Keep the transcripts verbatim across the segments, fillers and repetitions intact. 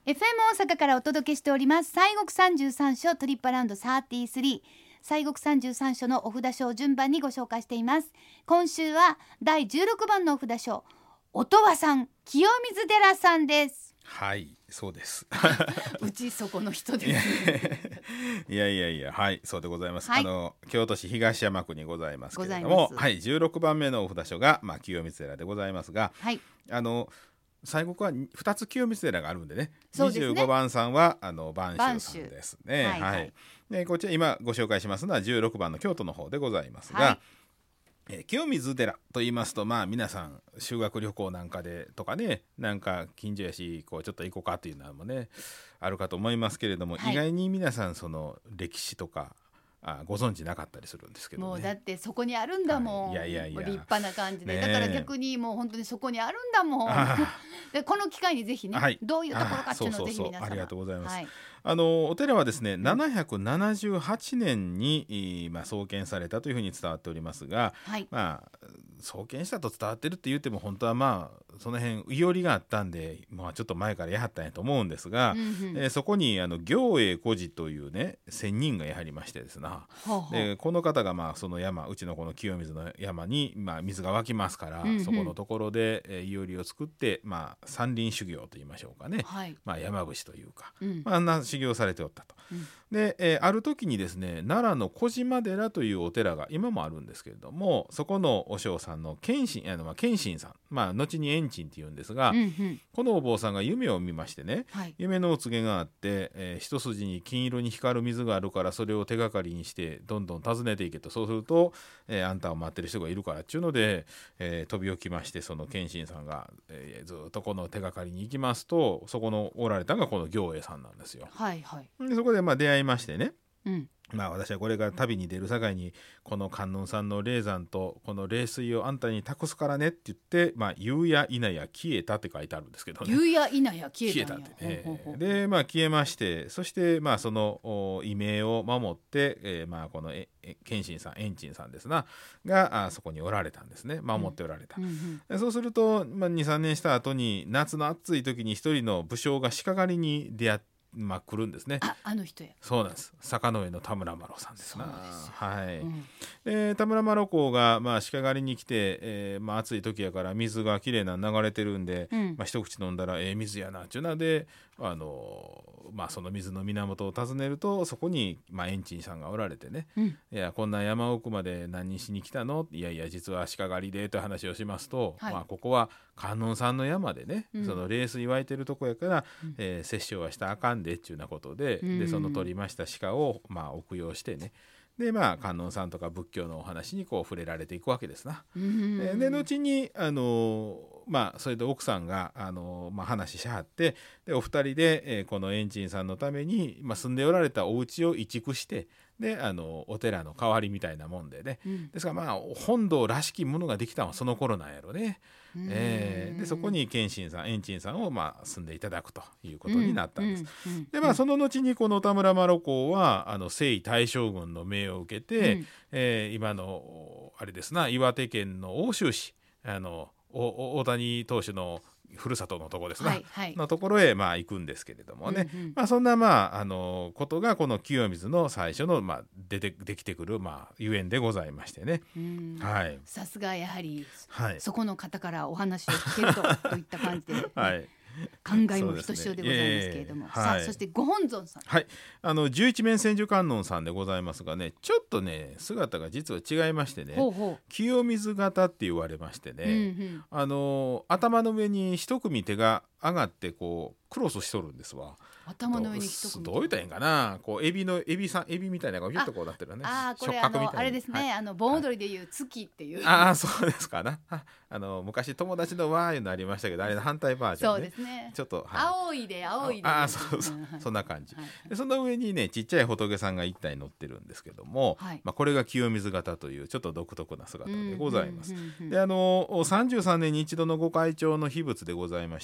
エフエム 大阪からお届けしております西国三十三所トリップアラウンドさんじゅうさん、西国三十三所のお札書を順番にご紹介しています。今週はだいじゅうろくばんのお札書、音羽さん、清水寺さんです。 はい、そうですうちそこの人ですいやいやいや、はい、そうでございます、 はい、 あの京都市東山区にございますけれども、はい、じゅうろくばんめのお札書が、まあ、清水寺でございますが、 はい、 あの西国はふたつ清水寺があるんでね、 そうですね、 にじゅうごばんさんはあの播州さんですね。 はいはいはい、 でこちら今ご紹介しますのはじゅうろくばんの京都の方でございますが、 はい、 え清水寺と言いますと、まあ皆さん修学旅行なんかでとかね、なんか近所やしこうちょっと行こうかっていうのもねあるかと思いますけれども、はい、意外に皆さんその歴史とかあご存知なかったりするんですけどね。 もうだってそこにあるんだもん、はい、いやいやいや立派な感じで、ね、だから逆にもう本当にそこにあるんだもんでこの機会にぜひね、はい、どういうところかっていうのをぜひ皆様、 ありがとうございます、 はい、 あのお寺はですね、うん、ななひゃくななじゅうはちねんに、まあ、創建されたというふうに伝わっておりますが、はい、まあ創建したと伝わってるって言っても本当はまあその辺いおりがあったんで、まあ、ちょっと前からやはったんやと思うんですが、うんうん、えー、そこにあの行栄孤児というね仙人がやはりましてですな、ほうほう、でこの方がまあその山、うちのこの清水の山に、まあ、水が湧きますから、うんうん、そこのところで、えー、いおりを作って、まあ、山林修行といいましょうかね、はい、まあ、山伏というか、うん、まあ、あんな修行されておったと、うん、で、えー、ある時にですね奈良の小島寺というお寺が今もあるんですけれども、そこの和尚さんの謙信、あの、まあ、謙信さん、まあ、後に円珍っていうんですが、うんうん、このお坊さんが夢を見ましてね、はい、夢のお告げがあって、えー、一筋に金色に光る水があるからそれを手がかりにしてどんどん訪ねていけと、そうすると、えー、あんたを待ってる人がいるからっていうので、えー、飛び起きまして、その謙信さんが、えー、ずっとこの手がかりに行きますと、そこのおられたのがこの行栄さんなんですよ、はいはい、でそこでまあ出会いましてね、うん、まあ私はこれから旅に出るさかいにこの観音さんの霊山とこの霊水をあんたに託すからねって言って、まあ、夕や否や消えたって書いてあるんですけどね、 夕や否や消えたんや、 消えたってね、ほうほうほう、でまあ消えまして、そしてまあその異名を守って、えー、まあこの謙信さん、円珍さんですながあそこにおられたんですね、守っておられた、うんうんうん、そうすると、まあ、にさんねんした後に夏の暑い時に一人の武将が鹿狩りに出会ってまあ、来るんですね。 あ、あの人や。 そうなんです。坂の上の田村麻呂さんですな。 そうですよ、 はい、 うん、 で田村麻呂公が、まあ、鹿狩りに来て、えーまあ、暑い時やから水がきれいな流れてるんで、うん、まあ、一口飲んだらええ水やなっていうので、あのーまあ、その水の源を訪ねると、そこに、まあ、円珍さんがおられてね、うん、いやこんな山奥まで何しに来たの、いやいや実は鹿狩りでという話をしますと、はい、まあ、ここは観音さんの山でね、うん、その冷水湧いてるとこやから、うん、えー、殺生はしたらあかんでっていうようなことで、うん、でその取りました鹿を、まあ、供養してね、でまあ観音さんとか仏教のお話にこう触れられていくわけですな、うん、で後にあのまあそれで奥さんがあの、まあ、話しはって、でお二人で、えー、この円珍さんのために、まあ、住んでおられたお家を移築して、であのお寺の代わりみたいなもんでね、うん、ですからまあ本堂らしきものができたのはその頃なんやろね、えー、でそこに謙信さん、円珍さんをまあ住んでいただくということになったんです、うんうん、でまあその後にこの田村麻呂公はあの征夷大将軍の命を受けて、うん、えー、今のあれですな、岩手県の奥州市、あの大谷投手のふるさとのところですな、はいはい、のところへまあ行くんですけれどもね、うんうん、まあ、そんなまああのことがこの清水の最初のまあ出てできてくるまあゆえんでございましてね、はい、 さすがやはり、はい、そこの方からお話を聞けるとといった感じで、ね、はい、感慨もひとしおでございますけれども、ね、えー、さあ、はい、そしてご本尊さん、 はい、あの十一面千手観音さんでございますがね、ちょっとね姿が実は違いましてね、ほうほう、清水型って言われましてね、うんうん、あの頭の上に一組手が上がってこうクロスしとるんですわ。 頭の上に一組、 どう言ったらいいんかな、こうエビのエビさん、エビみたいなのがひょっとこうなってるね、 ああ、これあのあれですね、はい、あの盆踊りでいう月っていう、 ああ、そうですかな、あの昔友達のわーいうのありましたけど、あれの反対バージョンね、 そうですね、 ちょっと、 はい、青いで青いで、 ああ、そうそう、そんな感じ、はい、でその上にねちっちゃい仏さんが一体乗ってるんですけども、はい、まあ、これが清水型というちょっと独特な姿でございます。であのさんじゅうさんねんに一度のご開帳の秘仏でございまして、次回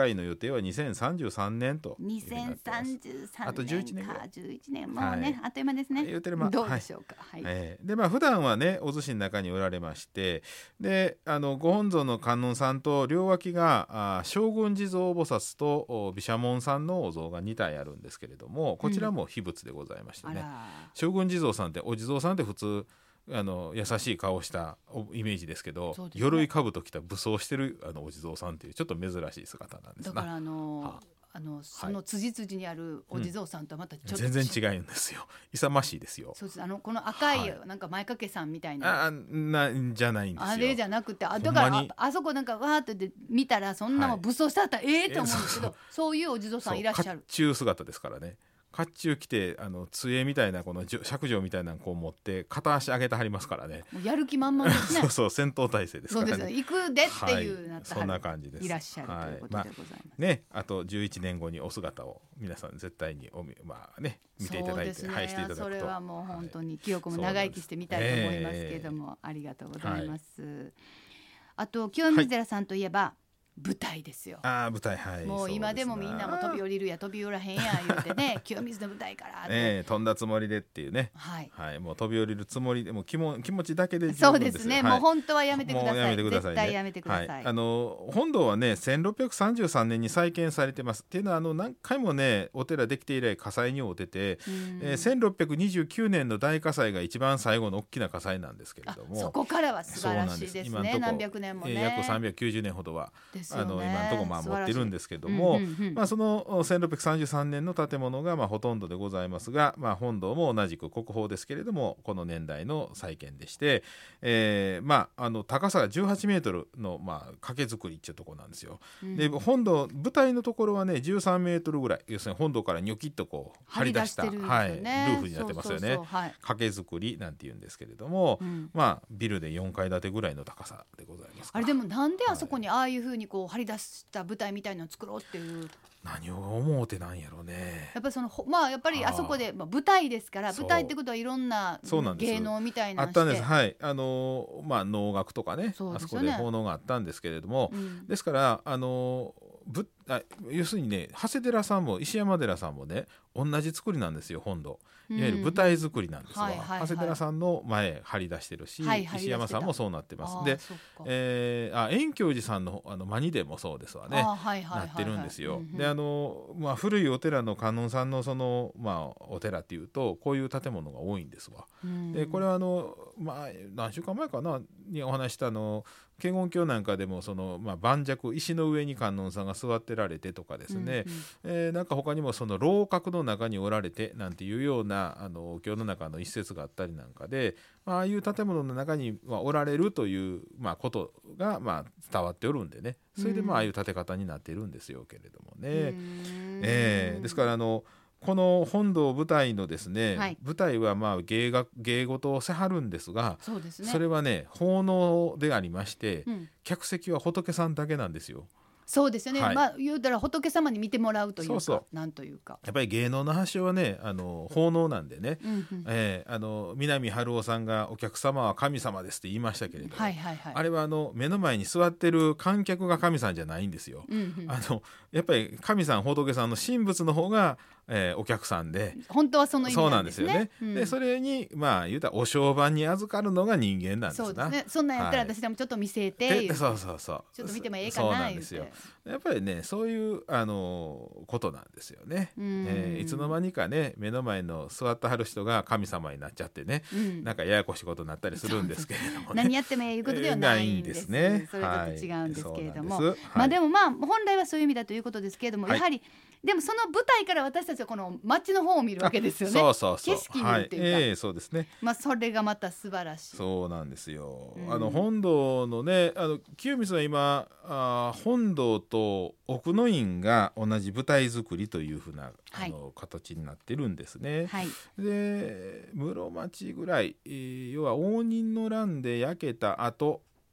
来の予定はにせんさんじゅうさんねんとにせんさんじゅうさんねんかあとじゅういちねんぐらいじゅういちねんもうね、 はい、 あっという間ですね。 言うてる間どうでしょうか、はい、 えー、でまあ普段はねお寿司の中におられまして、であのご本尊の観音さんと両脇があ将軍地蔵菩薩と毘沙門さんのお像がにたいあるんですけれども、こちらも秘仏でございましてね、うん、将軍地蔵さんってお地蔵さんって普通あの優しい顔したイメージですけど、ね、鎧兜着た武装してるあのお地蔵さんっていうちょっと珍しい姿なんですな。 だからあのーはああのその辻々にあるお地蔵さんとはまたちょっと、 うん、全然違うんですよ。勇ましいですよ。 そうです。あのこの赤い、はい、なんか前掛けさんみたいな、 あなじゃないんですよ。 あれじゃなくて、あだから あ, あそこなんかわーっとで見たらそんなもん武装したったら、はい、ええー、と思うんですけど、えー、そうそうそういうお地蔵さんいらっしゃる。 甲冑姿ですからね。甲冑着てあの杖みたいなこの尺杖みたいなのこう持って片足上げてはりますからね。 もうやる気満々ですね。 そうそう戦闘態勢ですからね。 そうですよ、行くでっていう、はい、なったそんな感じです。 いらっしゃる、はい、ということでございます、まあね、あとじゅういちねんごにお姿を皆さん絶対におみ、まあね、見ていただいて、 ね、 はい、していただくと、 それはもう本当に記憶も長生きしてみたいと思いますけれども、えー、ありがとうございます、はい、あと清水寺さんといえば、はい舞台ですよ。 あ舞台、はい、 もう今でもみんなも飛び降りるや飛び降らへんや言うてね清水の舞台からって、 えー、飛んだつもりでっていうね、 はいはい、もう飛び降りるつもりでも気も気持ちだけで十そう分ですですね、 はい、 もう本当はやめてください。 もうやめてくださいね、 絶対やめてください、 はい、あの本堂はねせんろっぴゃくさんじゅうさんねんに再建されてますっていうのはあの何回もねお寺できて以来火災に遭ってて、えー、せんろっぴゃくにじゅうきゅうねんの大火災が一番最後の大きな火災なんですけれども、 そこからは素晴らしいですね。何百年もね、 えー、約さんびゃくきゅうじゅうねんほどは、 ね、 あの今のところまあ持ってるんですけども、うんうんうん、まあ、そのせんろっぴゃくさんじゅうさんねんの建物がまあほとんどでございますが、まあ、本堂も同じく国宝ですけれどもこの年代の再建でして、えーまあ、あの高さがじゅうはちメートルの、まあ、掛作りっていうところなんですよ、うん、で本堂舞台のところはねじゅうさんメートルぐらい、要するに本堂からニョキッとこう張り出した、ね、はい、ルーフになってますよね。掛け作りなんていうんですけれども、うん、まあ、ビルでよんかい建てぐらいの高さでございます。 あれでもなんであそこにああいうふうにこう張り出した舞台みたいなのを作ろうっていう、 何を思うてなんやろうね。 やっぱりそのまあやっぱりあそこで、まあ、舞台ですから、舞台ってことはいろんな芸能みたいなあったんです。はい、あのまあ能楽とかね、そうですよね、あそこで奉納があったんですけれども、うん、ですからあのぶあ要するにね長谷寺さんも石山寺さんもね同じ作りなんですよ。本堂いわゆる舞台作りなんですわ、うん、はいはいはい、長谷寺さんの前張り出してるし、はい、石山さんもそうなってます。で、えー、あ円教寺さん の, あのマニでもそうですわね、はいはいはいはい、なってるんですよ、うんうん、であの、まあ、古いお寺の観音さんのその、まあ、お寺っていうとこういう建物が多いんですわ、うん、でこれはあの、まあ、何週間前かなにお話したあの建言教なんかでもその、まあ、盤石石の上に観音さんが座ってられてとかですね、うんうん、えー、なんか他にもその楼閣の中におられてなんていうようなあのお経の中の一節があったりなんかで、まあああいう建物の中にはおられるという、まあ、ことがまあ伝わっておるんでね、それでまあああいう建て方になっているんですよけれどもね、えー、ですからあのこの本堂舞台のですね、はい、舞台はまあ芸が芸事をせはるんですが、 そうですね、それはね奉納でありまして、うん、客席は仏さんだけなんですよ。 そうですよね、はい、まあ言うたら仏様に見てもらうというか、そうそうなんというか、 やっぱり芸能の発祥はねあの奉納なんでね、うんうん、えー、あの南春夫さんがお客様は神様ですって言いましたけれども、はいはいはい、あれはあの目の前に座ってる観客が神さんじゃないんですよ、うんうん、あのやっぱり神さん仏さんの神仏の方がえー、お客さんで本当はその意味なんですね。 そうなんですよね、うん、でそれにまあ言うたらお商売に預かるのが人間なんですな。 そうですね、そんなんやったら私でもちょっと見せて、はい、 そうそうそうちょっと見てもええかな。 そうなんですよ。やっぱりねそういうあのことなんですよね、えー、いつの間にかね目の前の座ってはる人が神様になっちゃってね、うん、なんかややこしいことになったりするんですけれども、ね、 何やってもいいことではないんです、えー、ないんですね。それちょっと違うんですけれども、はい、まあでもまあ本来はそういう意味だということですけれども、はい、やはりでもその舞台から私たちはこの街の方を見るわけですよね。 そうそうそう、 景色見るっていうか、 はい、えー、そうですね、 まあ、それがまた素晴らしい。 そうなんですよ、うん、あの本堂のねあの清水は今あ本堂と奥の院が同じ舞台作りというふうな、はい、あの形になってるんですね、はい、で室町ぐらい、えー、要は応仁の乱で焼けた後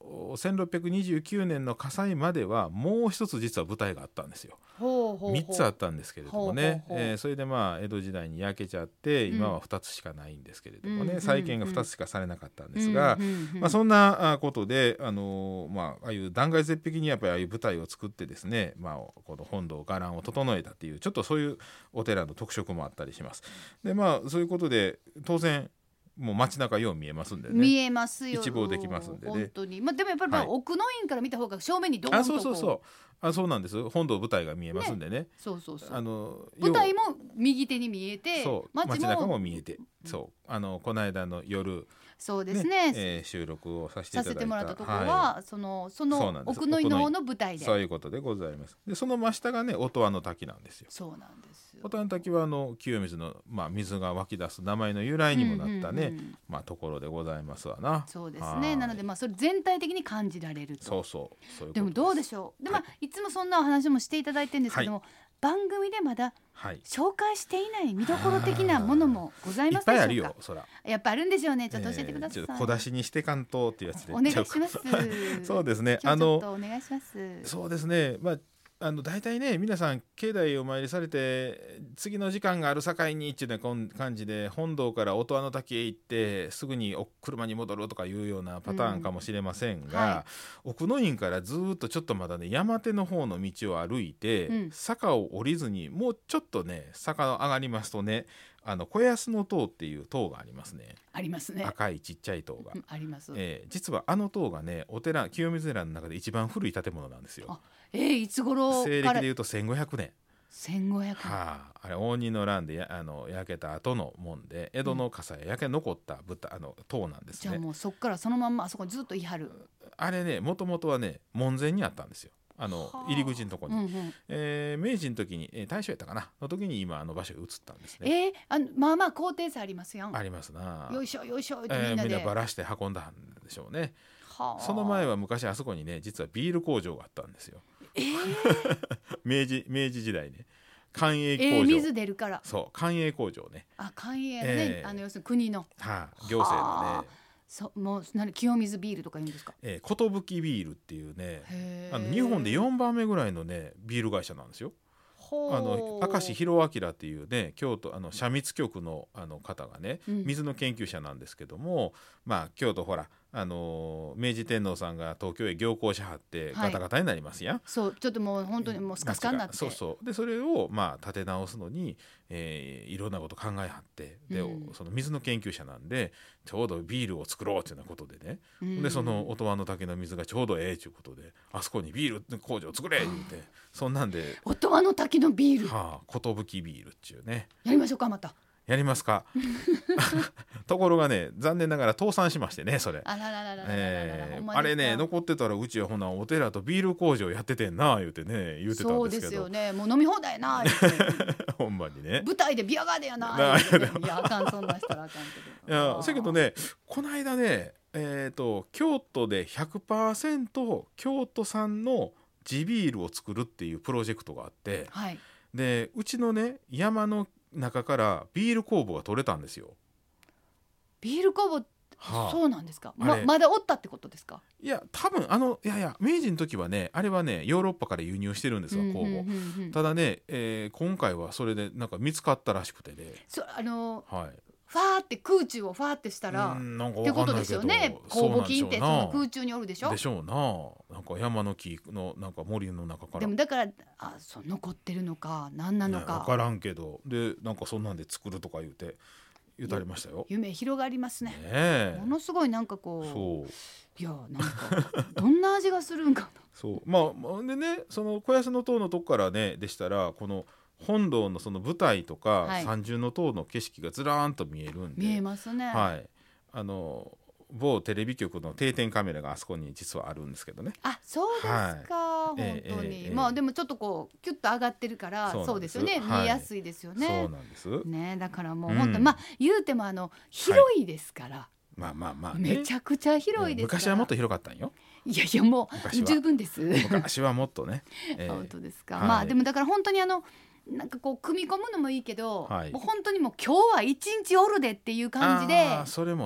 せんろっぴゃくにじゅうきゅうねんの火災まではもう一つ実は舞台があったんですよ。 ほうほうほうみっつあったんですけれどもね、 ほうほうほうえーそれでまあ江戸時代に焼けちゃって今はふたつしかないんですけれどもね、うん、再建がふたつしかされなかったんですが、うんうんうんまあ、そんなことで、あのーまあ、ああいう断崖絶壁にやっぱりああいう舞台を作ってですね、まあ、この本堂伽藍を整えたっていうちょっとそういうお寺の特色もあったりします。でまあそういうことで当然もう街中よう見えますんでね、 見えますよ、 一望できますんでね、 本当に、まあ、でもやっぱり、まあはい奥の院から見た方が正面にドーンとこう、 あそうそうそうあそうなんです。本堂舞台が見えますんでね、 そうそうそう、 あの舞台も右手に見えて、 そう街も街中も見えて、そうあのこの間の夜そうですね、 ねえー収録をさせていただいたさせてもらったところは、 はい、 そのその奥の院の方の舞台で、 そういうことでございます。でその真下がね音羽の滝なんですよ。 そうなんですよ。 音羽の滝はあの清水の、まあ、水が湧き出す名前の由来にもなったね、 うんうんうんまあ、ところでございますわな。 そうですね。なのでまあそれ全体的に感じられると。 そうそう、そういうことです。 でもどうでしょう。で、まあはい、 いつもそんなお話もしていただいてるんですけども、はい、番組でまだ紹介していない見どころ的なものもございますでしょうか。いっぱいあるよ。そらやっぱあるんでしょうね。ちょっと教えてください。 えー、ちょっと小出しにしてかんとっていうやつでお願いしますそうですね、 あのちょっとお願いします。 そうですね、まああの大体ね皆さん境内お参りされて次の時間がある境にっていうような感じで本堂から音羽の滝へ行ってすぐに車に戻るとかいうようなパターンかもしれませんが、うんはい、奥の院からずっとちょっとまだね山手の方の道を歩いて、うん、坂を降りずにもうちょっとね坂を上がりますとねあの小安の塔っていう塔がありますね。 ありますね。 赤いちっちゃい塔が、うん、 あります、 えー、実はあの塔がねお寺清水寺の中で一番古い建物なんですよ。 あえー、いつ頃西暦でいうとせんごひゃくねん。 せんごひゃくねん、 はあ、あれ応仁の乱でやあの焼けた後のもんで江戸の火災焼け残った豚あの塔なんですね。 じゃあもうそっからそのまんまあそこにずっといはる。 あれねもともとはね門前にあったんですよ。あの入り口のところに、うんうんえー、明治の時に、えー、大正やったかなの時に今あの場所に移ったんですね。 えー、あのまあまあ高低差ありますよ。 ありますな。 よいしょよいしょってみんなで、えー、みんなばらして運んだんでしょうね。はあ、その前は昔あそこにね実はビール工場があったんですよ。 えー、 明治明治時代ね官営工場、 えー、水出るからそう官営工場ね。 あ官営のね、えー、あの要するに国の、 はあ、行政のね。 そもう何清水ビールとか言うんですか。 えー、寿ビールっていうねあの日本でよんばんめぐらいのねビール会社なんですよ。あの明石弘明っていうね京都あの社密局 の, あの方がね、うん、水の研究者なんですけども、まあ、京都ほらあの明治天皇さんが東京へ行幸しはってガタガタになりますやん、はい、 そうちょっともう本当にもうスカスカになってそうそうでそれをまあ立て直すのに、えー、いろんなこと考えはってで、うん、その水の研究者なんでちょうどビールを作ろうっていうようなことでね、うん、でその音羽の滝の水がちょうどええということであそこにビール工場を作れ言うて、うん、そんなんで音羽の滝のビールはあ寿ビールっていうねやりましょうかまたやりますかところがね残念ながら倒産しましてねそれあらららららら、 えー、あれね残ってたらうちはほなお寺とビール工場やっててんな言うてね言うてたんですけどそうですよねもう飲み放題な言うてほんまにね舞台でビアガーデンやな言うて、ね、いやあかんそんなしたらあかんけどいやせやけどねこの間ねえーと京都で ひゃくパーセント 京都産の地ビールを作るっていうプロジェクトがあって、はい、でうちのね山の中からビール酵母が取れたんですよ。 ビール酵母、はあ、そうなんですか。 ま, まだおったってことですか。 いや多分あのいやいや明治の時はねあれはねヨーロッパから輸入してるんですよ酵母、うんうんうんうん、ただね、えー、今回はそれでなんか見つかったらしくてねそあのーはいファーって空中をファーってしたらってことですよね。酵母菌ってその空中におるでしょ。 でしょうな。なんか山の木のなんか森の中から。 でもだからあそう残ってるのか何なのか、 ね、分からんけどでなんかそんなんで作るとか言うて言うてありましたよ。 夢広がりますね。 ねえものすごいなんかこうそういやなんかどんな味がするんかな。 そうまあでねその小安の塔のとこからねでしたらこの本堂のその舞台とか、はい、三重の塔の景色がずらーんと見えるんで見えますね、 はい、あの某テレビ局の定点カメラがあそこに実はあるんですけどね。 あそうですか、はい、本当に、えーえー、まあでもちょっとこうキュッと上がってるからそうですよね、はい、見えやすいですよね。 そうなんです、 ね、だからもう本当、うん、まあ言うてもあの広いですから、はい、 まあまあまあ、ね、 めちゃくちゃ広いですから。 昔はもっと広かったんよ。 いやいやもう十分です。 昔はもっとね、 えー、本当ですか、はい、まあでもだから本当にあのなんかこう組み込むのもいいけど、はい、もう本当にもう今日は一日おるでっていう感じであそれもね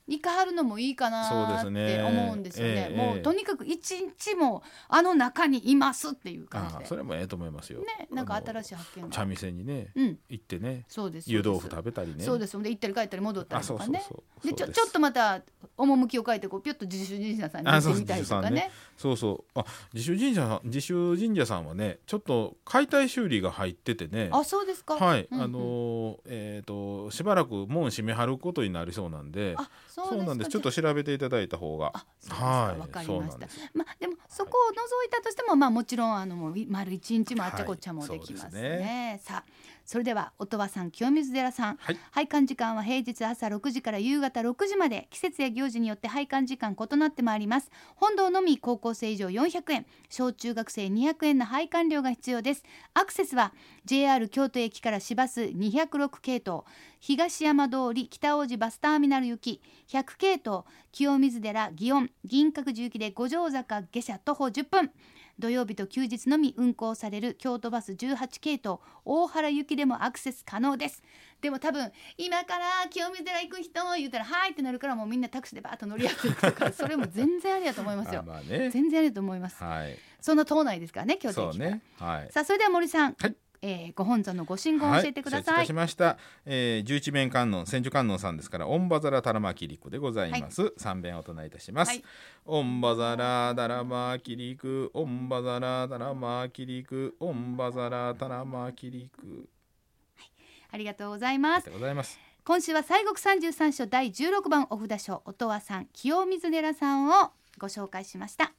行かはるのもいいかなって思うんですよね。 そうですね、えー、 もうとにかく一日もあの中にいますっていう感じで。 あそれもええと思いますよ、 ね、なんか新しい発見が。 茶店にね、うん、行ってね、 そうです湯豆腐食べたりね。 そうです。で行ったり帰ったり戻ったりとかね。 そうそうそう、 でちょちょっとまた趣を変えてこうピュッと自主神社さんに行ってみたりとかね。 そうそうあ自主神社自主神社さんはねちょっと解体修理が入っててね。 あそうですか。 はい、うんうん、あのえっ、ー、としばらく門閉めはることになりそうなんで。 あそうですか。 そうなんです。ちょっと調べていただいた方が。 あそうですか、はい、わかりました。まあでもそこを除いたとしてもまあもちろんあの丸一日もあっちゃこっちゃもできますね。はい、ねさあそれでは音羽さん清水寺さん、はい、拝観時間は平日朝ろくじから夕方ろくじまで、季節や行事によって拝観時間異なってまいります。本堂のみ高校生以上よんひゃくえん、小中学生にひゃくえんの拝観料が必要です。アクセスは ジェイアール 京都駅から市バスにひゃくろく系統、東山通り北大路バスターミナル行きひゃく系統、清水寺祇園銀閣寺行きで五条坂下車徒歩じゅっぷん、土曜日と休日のみ運行される京都バスじゅうはち系統大原行きでもアクセス可能です。でも多分今から清水寺行く人言ったらはいってなるから、もうみんなタクシーでバーッと乗りやすいとかそれも全然ありだと思いますよ。まあね、全然ありだと思います、はい、その島内ですからね京都駅から。そうね、はい、さあそれでは森さん、はい、えー、ご本尊のご神言を教えてください。 はい、承知いたしました。えー、十一面観音千手観音さんですからオンバザラタラマキリクでございます。はい、三遍お唱えいたします。はい、オンバザラタラマキリクオンバザラタラマキリクオンバザラタラマキリク、 はい、ありがとうございます。 ありがとうございます。 今週は西国三十三所だいじゅうろくばんお札書音羽さん清水寺さんをご紹介しました。